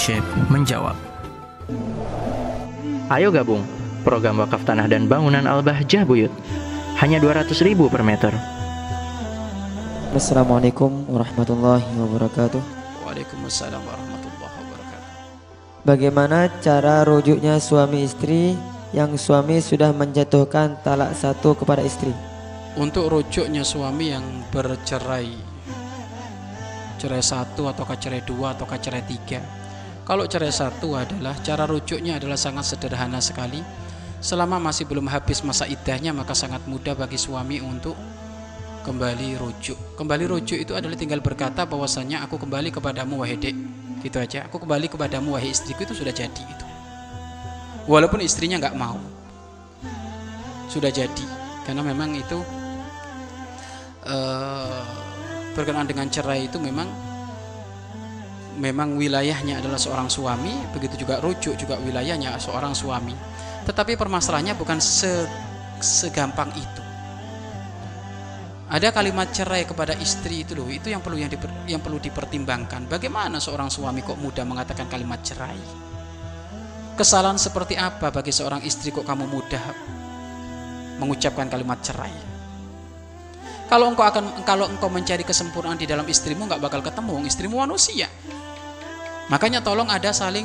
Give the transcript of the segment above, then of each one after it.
Syekh menjawab. Ayo gabung program wakaf tanah dan bangunan Al-Bahjah Buyut. Hanya 200.000 per meter. Assalamualaikum warahmatullahi wabarakatuh. Waalaikumsalam warahmatullahi wabarakatuh. Bagaimana cara rujuknya suami istri yang suami sudah menjatuhkan talak satu kepada istri? Untuk rujuknya suami yang bercerai, cerai satu ataukah cerai dua ataukah cerai tiga. Kalau cerai satu adalah cara rujuknya adalah sangat sederhana sekali. Selama masih belum habis masa iddahnya, maka sangat mudah bagi suami untuk kembali rujuk. Kembali rujuk itu adalah tinggal berkata bahwasanya aku kembali kepadamu wahai dek, gitu aja. Aku kembali kepadamu wahai istriku, itu sudah jadi itu. Walaupun istrinya nggak mau, sudah jadi. Karena memang itu berkenaan dengan cerai itu memang wilayahnya adalah seorang suami, begitu juga rujuk juga wilayahnya seorang suami. Tetapi permasalahannya bukan segampang itu. Ada kalimat cerai kepada istri itu loh, itu yang perlu dipertimbangkan. Bagaimana seorang suami kok mudah mengatakan kalimat cerai? Kesalahan seperti apa bagi seorang istri kok kamu mudah mengucapkan kalimat cerai? Kalau engkau mencari kesempurnaan di dalam istrimu, nggak bakal ketemu. Istrimu manusia. Makanya tolong ada saling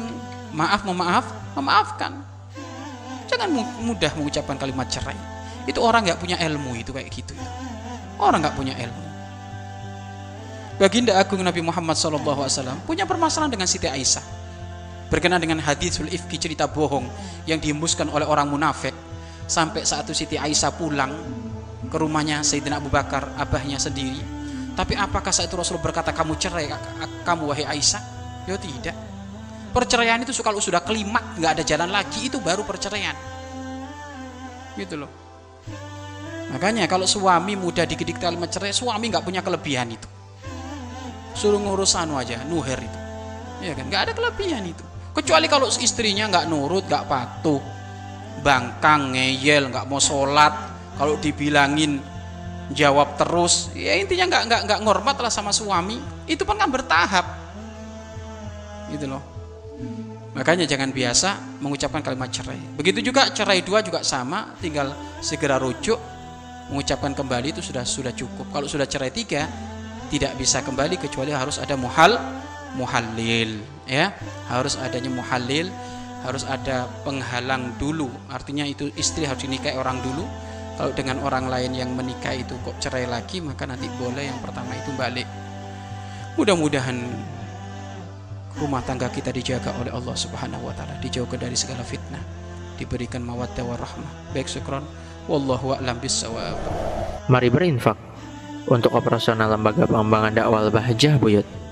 memaafkan. Jangan mudah mengucapkan kalimat cerai. Itu orang nggak punya ilmu, itu kayak gitu. Orang nggak punya ilmu. Baginda Agung Nabi Muhammad SAW punya permasalahan dengan Siti Aisyah berkenaan dengan haditsul ifki, cerita bohong yang dihembuskan oleh orang munafik. Sampai saat itu Siti Aisyah pulang ke rumahnya Sayyidina Abu Bakar, abahnya sendiri. Tapi apakah saat itu Rasul berkata kamu cerai kamu wahai Aisyah? Ya tidak. Perceraian itu kalau sudah kelimat, nggak ada jalan lagi, itu baru perceraian. Gitu loh. Makanya kalau suami mudah dikit-dikit kalimat cerai, suami nggak punya kelebihan itu. Suruh ngurus aja, nuher itu. Ya kan, nggak ada kelebihan itu. Kecuali kalau istrinya nggak nurut, nggak patuh, bangkang, ngeyel, nggak mau sholat. Kalau dibilangin jawab terus, ya intinya nggak ngormat lah sama suami. Itu pun kan bertahap, gitu loh. Makanya jangan biasa mengucapkan kalimat cerai. Begitu juga cerai dua juga sama, tinggal segera rujuk, mengucapkan kembali itu sudah cukup. Kalau sudah cerai tiga, tidak bisa kembali kecuali harus ada muhallil, ya, harus adanya muhallil, harus ada penghalang dulu. Artinya itu istri harus dinikahi orang dulu. Kalau dengan orang lain yang menikah itu kok cerai lagi, maka nanti boleh yang pertama itu balik. Mudah-mudahan rumah tangga kita dijaga oleh Allah Subhanahu wa taala, dijauhkan dari segala fitnah, diberikan mawaddah warahmah. Baik, syukron. Wallahu a'lam bissawab. Mari berinfak untuk operasional lembaga pengembangan dakwah Al-Bahjah Buyut.